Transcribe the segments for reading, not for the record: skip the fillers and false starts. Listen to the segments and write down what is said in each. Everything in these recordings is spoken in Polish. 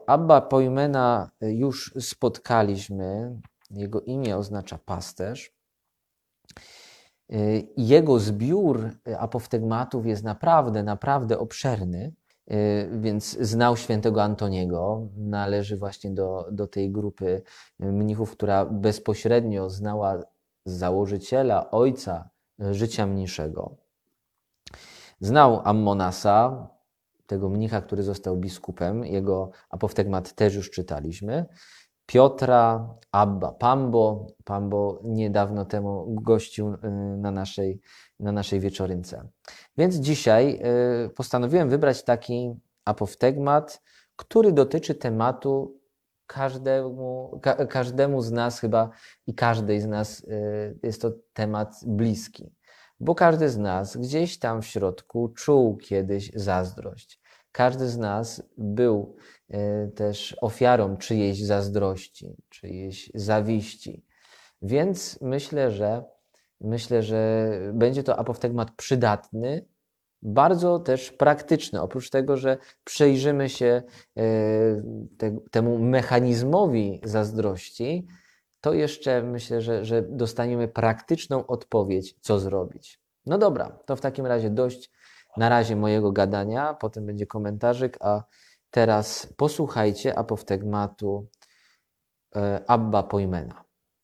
Abba Poimena już spotkaliśmy. Jego imię oznacza pasterz. Jego zbiór apoftegmatów jest naprawdę obszerny, więc znał świętego Antoniego. Należy właśnie do tej grupy mnichów, która bezpośrednio znała założyciela, ojca życia mniszego. Znał Ammonasa, tego mnicha, który został biskupem. Jego apoftegmat też już czytaliśmy. Piotra, Abba Pambo. Pambo niedawno temu gościł na naszej wieczorynce. Więc dzisiaj postanowiłem wybrać taki apoftegmat, który dotyczy tematu każdemu z nas chyba i każdej z nas jest to temat bliski. Bo każdy z nas gdzieś tam w środku czuł kiedyś zazdrość. Każdy z nas był też ofiarą czyjejś zazdrości, czyjejś zawiści. Więc myślę, że będzie to apoftegmat przydatny, bardzo też praktyczny. Oprócz tego, że przyjrzymy się temu mechanizmowi zazdrości, to jeszcze myślę, że dostaniemy praktyczną odpowiedź, co zrobić. No dobra, to w takim razie dość na razie mojego gadania, potem będzie komentarzyk, a teraz posłuchajcie apoftegmatu Abba Poimena.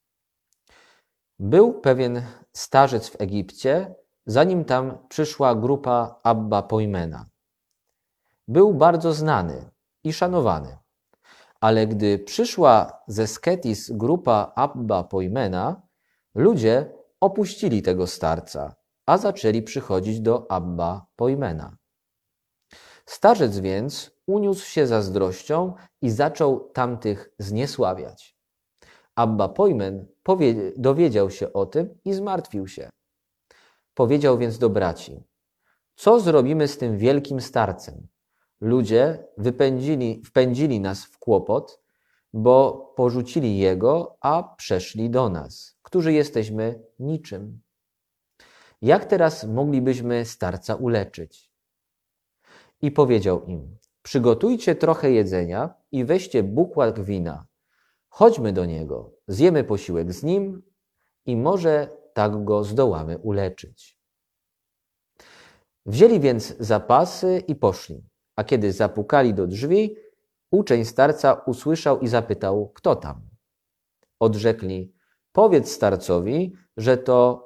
Był pewien starzec w Egipcie, zanim tam przyszła grupa Abba Poimena. Był bardzo znany i szanowany. Ale gdy przyszła ze Sketis grupa Abba Poimena, ludzie opuścili tego starca, a zaczęli przychodzić do Abba Poimena. Starzec więc uniósł się zazdrością i zaczął tamtych zniesławiać. Abba Poimen dowiedział się o tym i zmartwił się. Powiedział więc do braci: co zrobimy z tym wielkim starcem? Ludzie wpędzili nas w kłopot, bo porzucili jego, a przeszli do nas, którzy jesteśmy niczym. Jak teraz moglibyśmy starca uleczyć? I powiedział im: przygotujcie trochę jedzenia i weźcie bukłak wina. Chodźmy do niego, zjemy posiłek z nim i może tak go zdołamy uleczyć. Wzięli więc zapasy i poszli. A kiedy zapukali do drzwi, uczeń starca usłyszał i zapytał, kto tam. Odrzekli: powiedz starcowi, że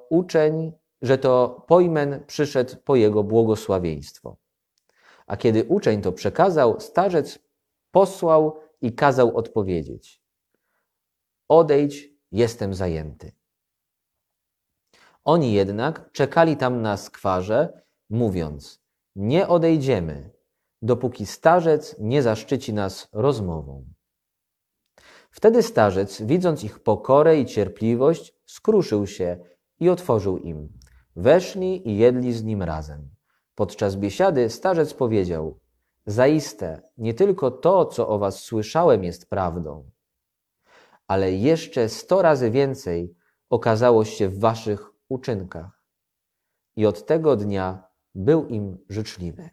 to Poimen przyszedł po jego błogosławieństwo. A kiedy uczeń to przekazał, starzec posłał i kazał odpowiedzieć: odejdź, jestem zajęty. Oni jednak czekali tam na skwarze, mówiąc: nie odejdziemy, dopóki starzec nie zaszczyci nas rozmową. Wtedy starzec, widząc ich pokorę i cierpliwość, skruszył się i otworzył im. Weszli i jedli z nim razem. Podczas biesiady starzec powiedział: zaiste, nie tylko to, co o was słyszałem, jest prawdą, ale jeszcze 100 razy więcej okazało się w waszych uczynkach. I od tego dnia był im życzliwy.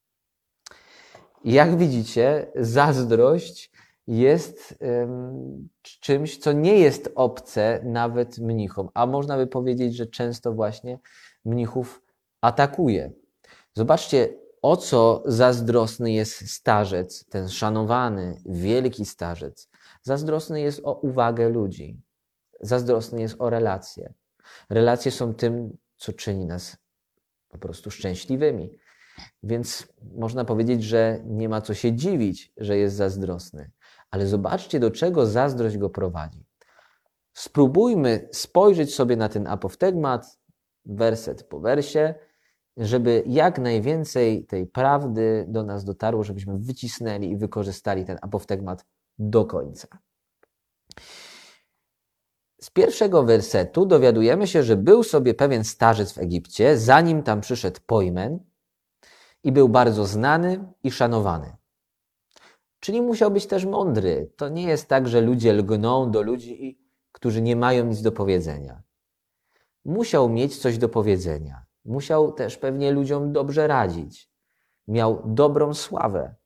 Jak widzicie, zazdrość jest czymś, co nie jest obce nawet mnichom, a można by powiedzieć, że często właśnie mnichów atakuje. Zobaczcie, o co zazdrosny jest starzec, ten szanowany, wielki starzec. Zazdrosny jest o uwagę ludzi. Zazdrosny jest o relacje. Relacje są tym, co czyni nas po prostu szczęśliwymi. Więc można powiedzieć, że nie ma co się dziwić, że jest zazdrosny. Ale zobaczcie, do czego zazdrość go prowadzi. Spróbujmy spojrzeć sobie na ten apoftegmat, werset po wersie, żeby jak najwięcej tej prawdy do nas dotarło, żebyśmy wycisnęli i wykorzystali ten apoftegmat do końca. Z pierwszego wersetu dowiadujemy się, że był sobie pewien starzec w Egipcie, zanim tam przyszedł Poimen, i był bardzo znany i szanowany. Czyli musiał być też mądry. To nie jest tak, że ludzie lgną do ludzi, którzy nie mają nic do powiedzenia. Musiał mieć coś do powiedzenia. Musiał też pewnie ludziom dobrze radzić. Miał dobrą sławę.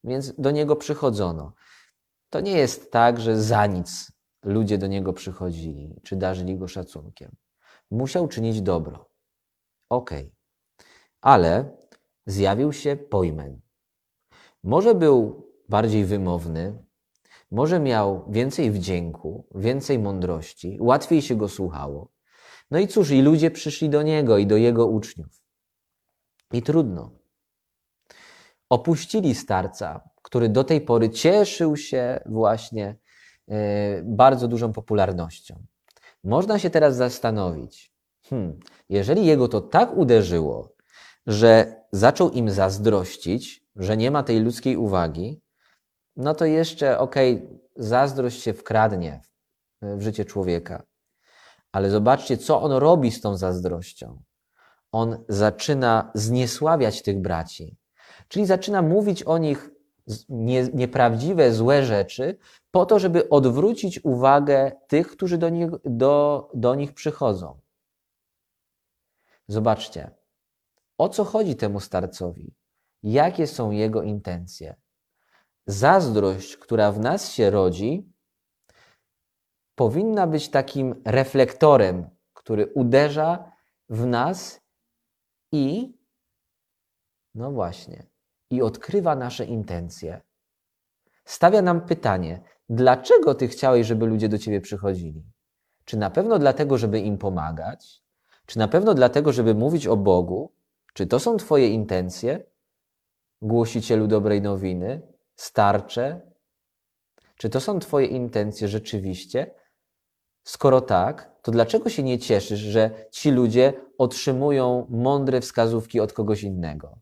więc do niego przychodzono. To nie jest tak, że za nic ludzie do niego przychodzili, czy darzyli go szacunkiem. Musiał czynić dobro. Okej. Ale zjawił się Pojmen. Może był bardziej wymowny, może miał więcej wdzięku, więcej mądrości, łatwiej się go słuchało. No i cóż, i ludzie przyszli do niego i do jego uczniów. I trudno. Opuścili starca, który do tej pory cieszył się właśnie bardzo dużą popularnością. Można się teraz zastanowić, jeżeli jego to tak uderzyło, że zaczął im zazdrościć, że nie ma tej ludzkiej uwagi, no to jeszcze zazdrość się wkradnie w życie człowieka. Ale zobaczcie, co on robi z tą zazdrością. On zaczyna zniesławiać tych braci, czyli zaczyna mówić o nich nieprawdziwe, złe rzeczy, po to, żeby odwrócić uwagę tych, którzy do nich przychodzą. Zobaczcie, o co chodzi temu starcowi? Jakie są jego intencje? Zazdrość, która w nas się rodzi, powinna być takim reflektorem, który uderza w nas i, no właśnie, i odkrywa nasze intencje. Stawia nam pytanie, dlaczego ty chciałeś, żeby ludzie do ciebie przychodzili? Czy na pewno dlatego, żeby im pomagać? Czy na pewno dlatego, żeby mówić o Bogu? Czy to są twoje intencje? Głosicielu dobrej nowiny? Starcze? Czy to są twoje intencje rzeczywiście? Skoro tak, to dlaczego się nie cieszysz, że ci ludzie otrzymują mądre wskazówki od kogoś innego?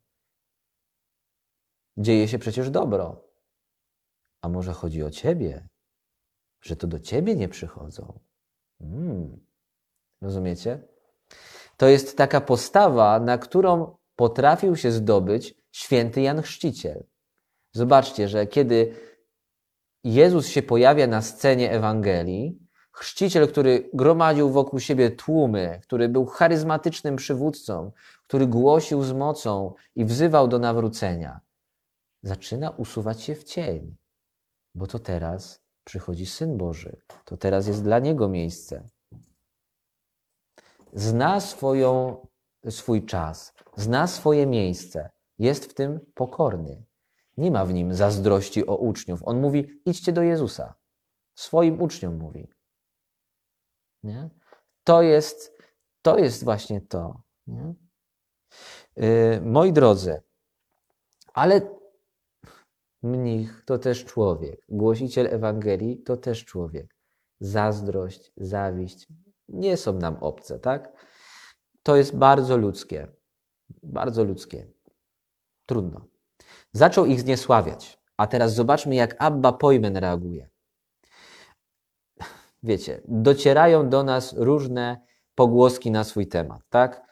Dzieje się przecież dobro. A może chodzi o ciebie? Że to do ciebie nie przychodzą? Rozumiecie? To jest taka postawa, na którą potrafił się zdobyć święty Jan Chrzciciel. Zobaczcie, że kiedy Jezus się pojawia na scenie Ewangelii, chrzciciel, który gromadził wokół siebie tłumy, który był charyzmatycznym przywódcą, który głosił z mocą i wzywał do nawrócenia, zaczyna usuwać się w cień, bo to teraz przychodzi Syn Boży, to teraz jest dla Niego miejsce. Zna swój czas, zna swoje miejsce, jest w tym pokorny. Nie ma w nim zazdrości o uczniów. On mówi, idźcie do Jezusa. Swoim uczniom mówi. Nie? To jest właśnie to. Nie? Moi drodzy, ale mnich to też człowiek. Głosiciel Ewangelii to też człowiek. Zazdrość, zawiść nie są nam obce, tak? To jest bardzo ludzkie. Bardzo ludzkie. Trudno. Zaczął ich zniesławiać. A teraz zobaczmy, jak Abba Pojmen reaguje. Wiecie, docierają do nas różne pogłoski na swój temat, tak?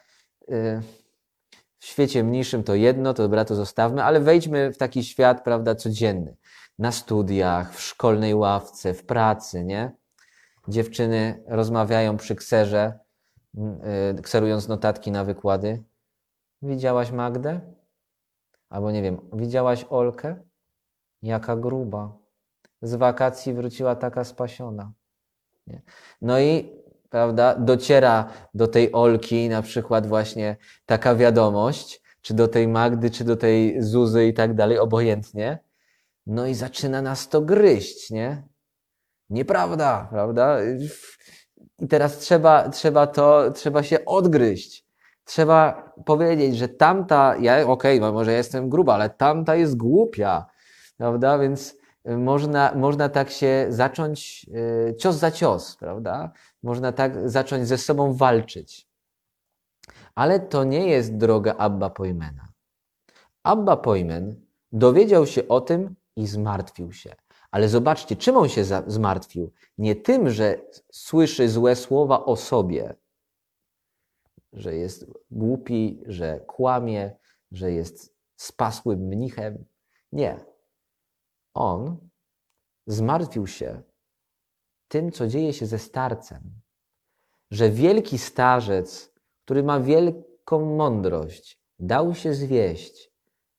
W świecie mniejszym to jedno, to dobra, to zostawmy, ale wejdźmy w taki świat, prawda, codzienny. Na studiach, w szkolnej ławce, w pracy, nie? Dziewczyny rozmawiają przy kserze, kserując notatki na wykłady. Widziałaś Magdę? Albo nie wiem, widziałaś Olkę? Jaka gruba. Z wakacji wróciła taka spasiona. Nie? No i, prawda, dociera do tej Olki na przykład właśnie taka wiadomość, czy do tej Magdy, czy do tej Zuzy i tak dalej, obojętnie. No i zaczyna nas to gryźć, nie? Nieprawda, prawda? I teraz trzeba się odgryźć. Trzeba powiedzieć, że tamta, może ja jestem gruba, ale tamta jest głupia, prawda? Więc można tak się zacząć cios za cios, prawda? Można tak zacząć ze sobą walczyć. Ale to nie jest droga Abba Pojmena. Abba Pojmen dowiedział się o tym i zmartwił się. Ale zobaczcie, czym on się zmartwił? Nie tym, że słyszy złe słowa o sobie, że jest głupi, że kłamie, że jest spasłym mnichem. Nie. On zmartwił się tym, co dzieje się ze starcem. Że wielki starzec, który ma wielką mądrość, dał się zwieść.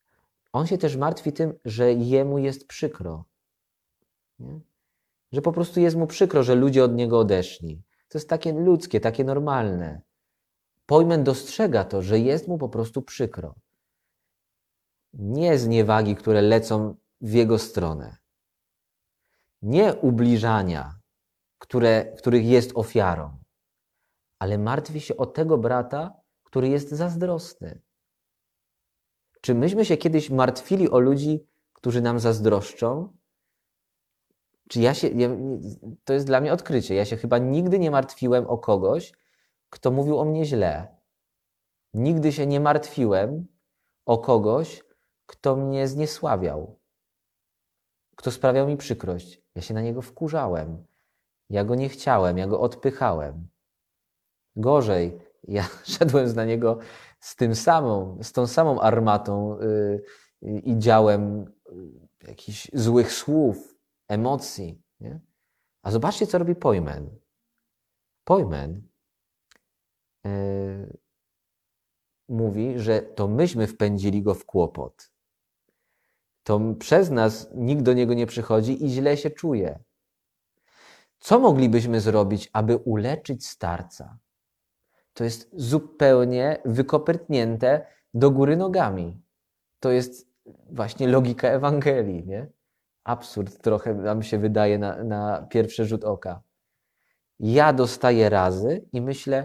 On się też martwi tym, że jemu jest przykro. Nie? Że po prostu jest mu przykro, że ludzie od niego odeszli. To jest takie ludzkie, takie normalne. Pojmen dostrzega to, że jest mu po prostu przykro. Nie zniewagi, które lecą w jego stronę. Nie ubliżania, których jest ofiarą. Ale martwi się o tego brata, który jest zazdrosny. Czy myśmy się kiedyś martwili o ludzi, którzy nam zazdroszczą? To jest dla mnie odkrycie. Ja się chyba nigdy nie martwiłem o kogoś, kto mówił o mnie źle. Nigdy się nie martwiłem o kogoś, kto mnie zniesławiał, kto sprawiał mi przykrość. Ja się na niego wkurzałem. Ja go nie chciałem, ja go odpychałem. Gorzej, ja szedłem na niego z tą samą armatą i działem jakichś złych słów, emocji. Nie? A zobaczcie, co robi Pojmen. Pojmen mówi, że to myśmy wpędzili go w kłopot. To przez nas nikt do niego nie przychodzi i źle się czuje. Co moglibyśmy zrobić, aby uleczyć starca? To jest zupełnie wykoprytnięte do góry nogami. To jest właśnie logika Ewangelii, nie? Absurd trochę nam się wydaje na pierwszy rzut oka. Ja dostaję razy i myślę,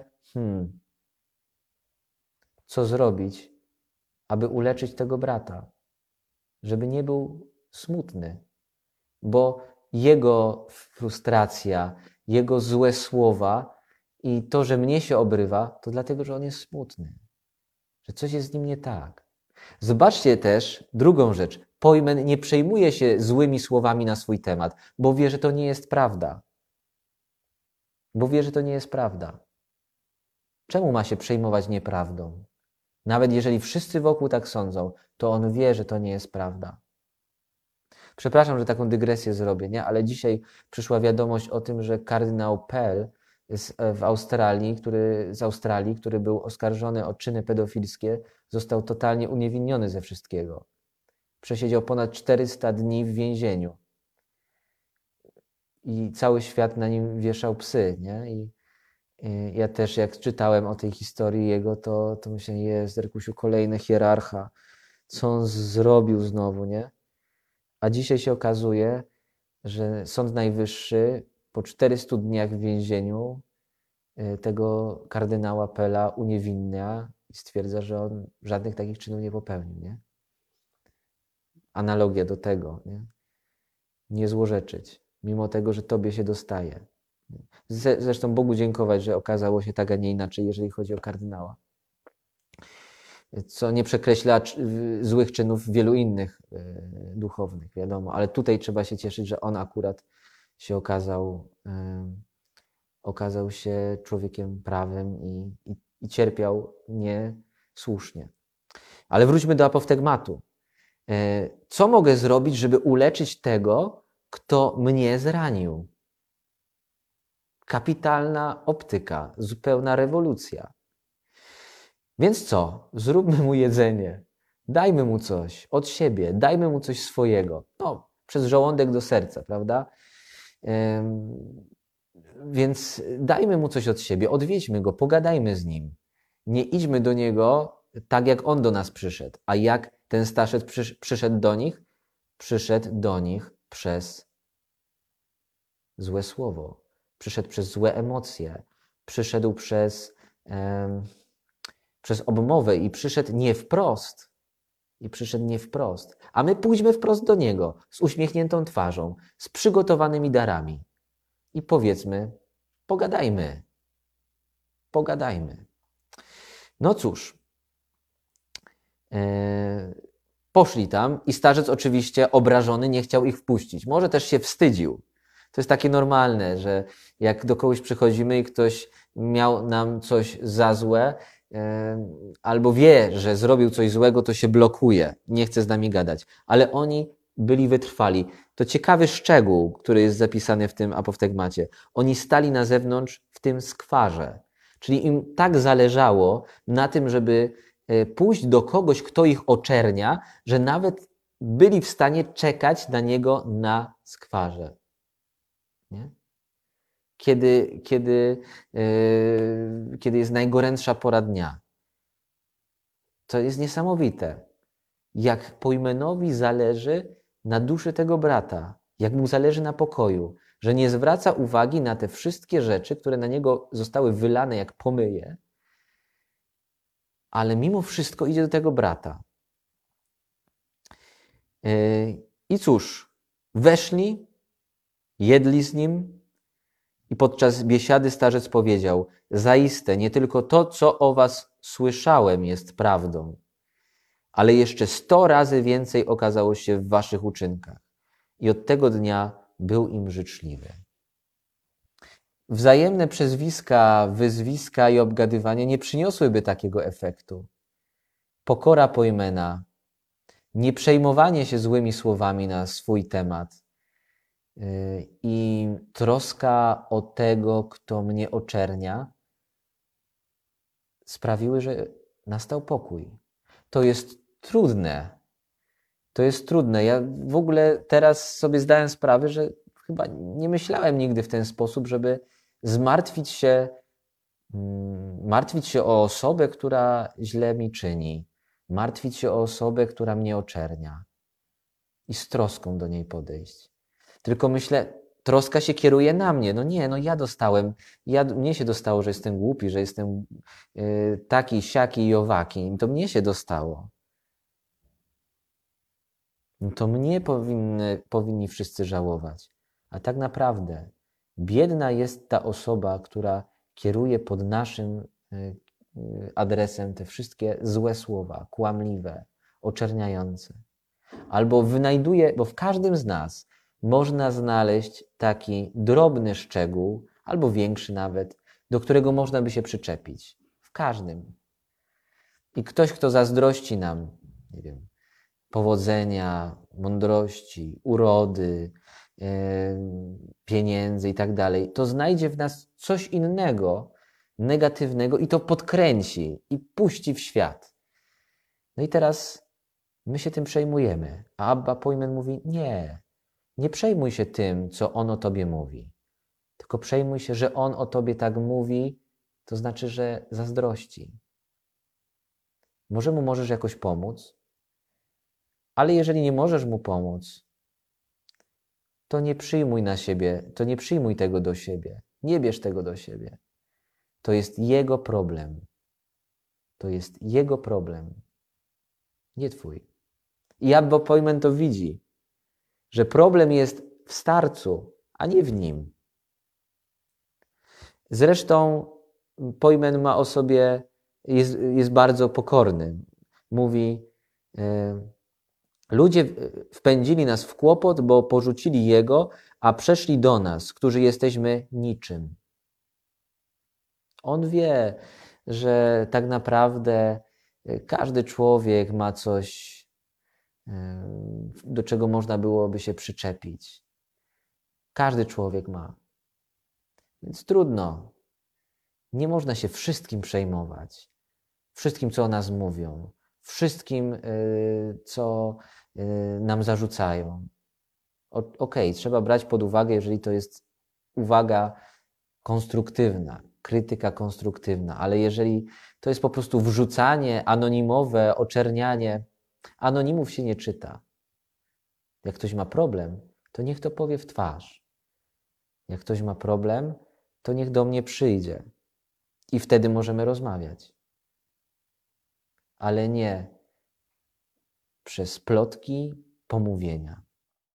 co zrobić, aby uleczyć tego brata, żeby nie był smutny, bo jego frustracja, jego złe słowa i to, że mnie się obrywa, to dlatego, że on jest smutny, że coś jest z nim nie tak. Zobaczcie też drugą rzecz. Pojmen nie przejmuje się złymi słowami na swój temat, bo wie, że to nie jest prawda. Bo wie, że to nie jest prawda. Czemu ma się przejmować nieprawdą? Nawet jeżeli wszyscy wokół tak sądzą, to on wie, że to nie jest prawda. Przepraszam, że taką dygresję zrobię, nie? Ale dzisiaj przyszła wiadomość o tym, że kardynał Pell z Australii, który był oskarżony o czyny pedofilskie, został totalnie uniewinniony ze wszystkiego. Przesiedział ponad 400 dni w więzieniu. I cały świat na nim wieszał psy, nie? I ja też jak czytałem o tej historii jego, to myślę, jest Erkusiu, kolejny hierarcha. Co on zrobił znowu, nie? A dzisiaj się okazuje, że Sąd Najwyższy po 400 dniach w więzieniu tego kardynała Pella uniewinnia i stwierdza, że on żadnych takich czynów nie popełnił, nie? Analogia do tego, nie? Nie złorzeczyć, mimo tego, że tobie się dostaje. Zresztą Bogu dziękować, że okazało się tak, a nie inaczej, jeżeli chodzi o kardynała. Co nie przekreśla złych czynów wielu innych duchownych, wiadomo. Ale tutaj trzeba się cieszyć, że on akurat się okazał się człowiekiem prawym i cierpiał niesłusznie. Ale wróćmy do apoftegmatu. Co mogę zrobić, żeby uleczyć tego, kto mnie zranił? Kapitalna optyka, zupełna rewolucja. Więc co? Zróbmy mu jedzenie. Dajmy mu coś od siebie, dajmy mu coś swojego. No, przez żołądek do serca, prawda? Więc dajmy mu coś od siebie, odwiedźmy go, pogadajmy z nim. Nie idźmy do niego tak, jak on do nas przyszedł. A jak ten Staszec przyszedł do nich? Przyszedł do nich przez złe słowo, przyszedł przez złe emocje, przyszedł przez obmowę i przyszedł nie wprost. A my pójdźmy wprost do niego z uśmiechniętą twarzą, z przygotowanymi darami i powiedzmy, pogadajmy. No cóż, poszli tam i starzec oczywiście obrażony nie chciał ich wpuścić. Może też się wstydził. To jest takie normalne, że jak do kogoś przychodzimy i ktoś miał nam coś za złe, albo wie, że zrobił coś złego, to się blokuje, nie chce z nami gadać. Ale oni byli wytrwali. To ciekawy szczegół, który jest zapisany w tym apoftegmacie. Oni stali na zewnątrz w tym skwarze. Czyli im tak zależało na tym, żeby pójść do kogoś, kto ich oczernia, że nawet byli w stanie czekać na niego na skwarze. Nie? Kiedy jest najgorętsza pora dnia. To jest niesamowite, jak Pojmenowi zależy na duszy tego brata, jak mu zależy na pokoju, że nie zwraca uwagi na te wszystkie rzeczy, które na niego zostały wylane jak pomyje, ale mimo wszystko idzie do tego brata. I cóż, weszli, jedli z nim i podczas biesiady starzec powiedział: zaiste, nie tylko to, co o was słyszałem, jest prawdą, ale jeszcze 100 razy więcej okazało się w waszych uczynkach. I od tego dnia był im życzliwy. Wzajemne przezwiska, wyzwiska i obgadywanie nie przyniosłyby takiego efektu. Pokora Pojmena, nie przejmowanie się złymi słowami na swój temat i troska o tego, kto mnie oczernia, sprawiły, że nastał pokój. To jest trudne. To jest trudne. Ja w ogóle teraz sobie zdałem sprawę, że chyba nie myślałem nigdy w ten sposób, żeby martwić się o osobę, która źle mi czyni, martwić się o osobę, która mnie oczernia i z troską do niej podejść. Tylko myślę, troska się kieruje na mnie. No nie, no ja dostałem, mnie się dostało, że jestem głupi, że jestem taki, siaki i owaki. To mnie się dostało. No to mnie powinni wszyscy żałować. A tak naprawdę biedna jest ta osoba, która kieruje pod naszym adresem te wszystkie złe słowa, kłamliwe, oczerniające. Albo wynajduje, bo w każdym z nas można znaleźć taki drobny szczegół, albo większy nawet, do którego można by się przyczepić. W każdym. I ktoś, kto zazdrości nam, nie wiem, powodzenia, mądrości, urody, pieniędzy i tak dalej, to znajdzie w nas coś innego, negatywnego i to podkręci i puści w świat. No i teraz my się tym przejmujemy, a Abba Pojmen mówi: nie przejmuj się tym, co on o tobie mówi, tylko przejmuj się, że on o tobie tak mówi, to znaczy, że zazdrości. Może mu możesz jakoś pomóc, ale jeżeli nie możesz mu pomóc, to nie przyjmuj na siebie, to nie przyjmuj tego do siebie. Nie bierz tego do siebie. To jest jego problem. To jest jego problem, nie twój. I Abba Pojmen to widzi, że problem jest w starcu, a nie w nim. Zresztą Pojmen ma o sobie, jest bardzo pokorny. Mówi: ludzie wpędzili nas w kłopot, bo porzucili Jego, a przeszli do nas, którzy jesteśmy niczym. On wie, że tak naprawdę każdy człowiek ma coś, do czego można byłoby się przyczepić. Każdy człowiek ma. Więc trudno. Nie można się wszystkim przejmować. Wszystkim, co o nas mówią. Wszystkim, co nam zarzucają. Okej, trzeba brać pod uwagę, jeżeli to jest uwaga konstruktywna, krytyka konstruktywna, ale jeżeli to jest po prostu wrzucanie anonimowe, oczernianie, anonimów się nie czyta. Jak ktoś ma problem, to niech to powie w twarz. Jak ktoś ma problem, to niech do mnie przyjdzie i wtedy możemy rozmawiać. Ale nie przez plotki, pomówienia.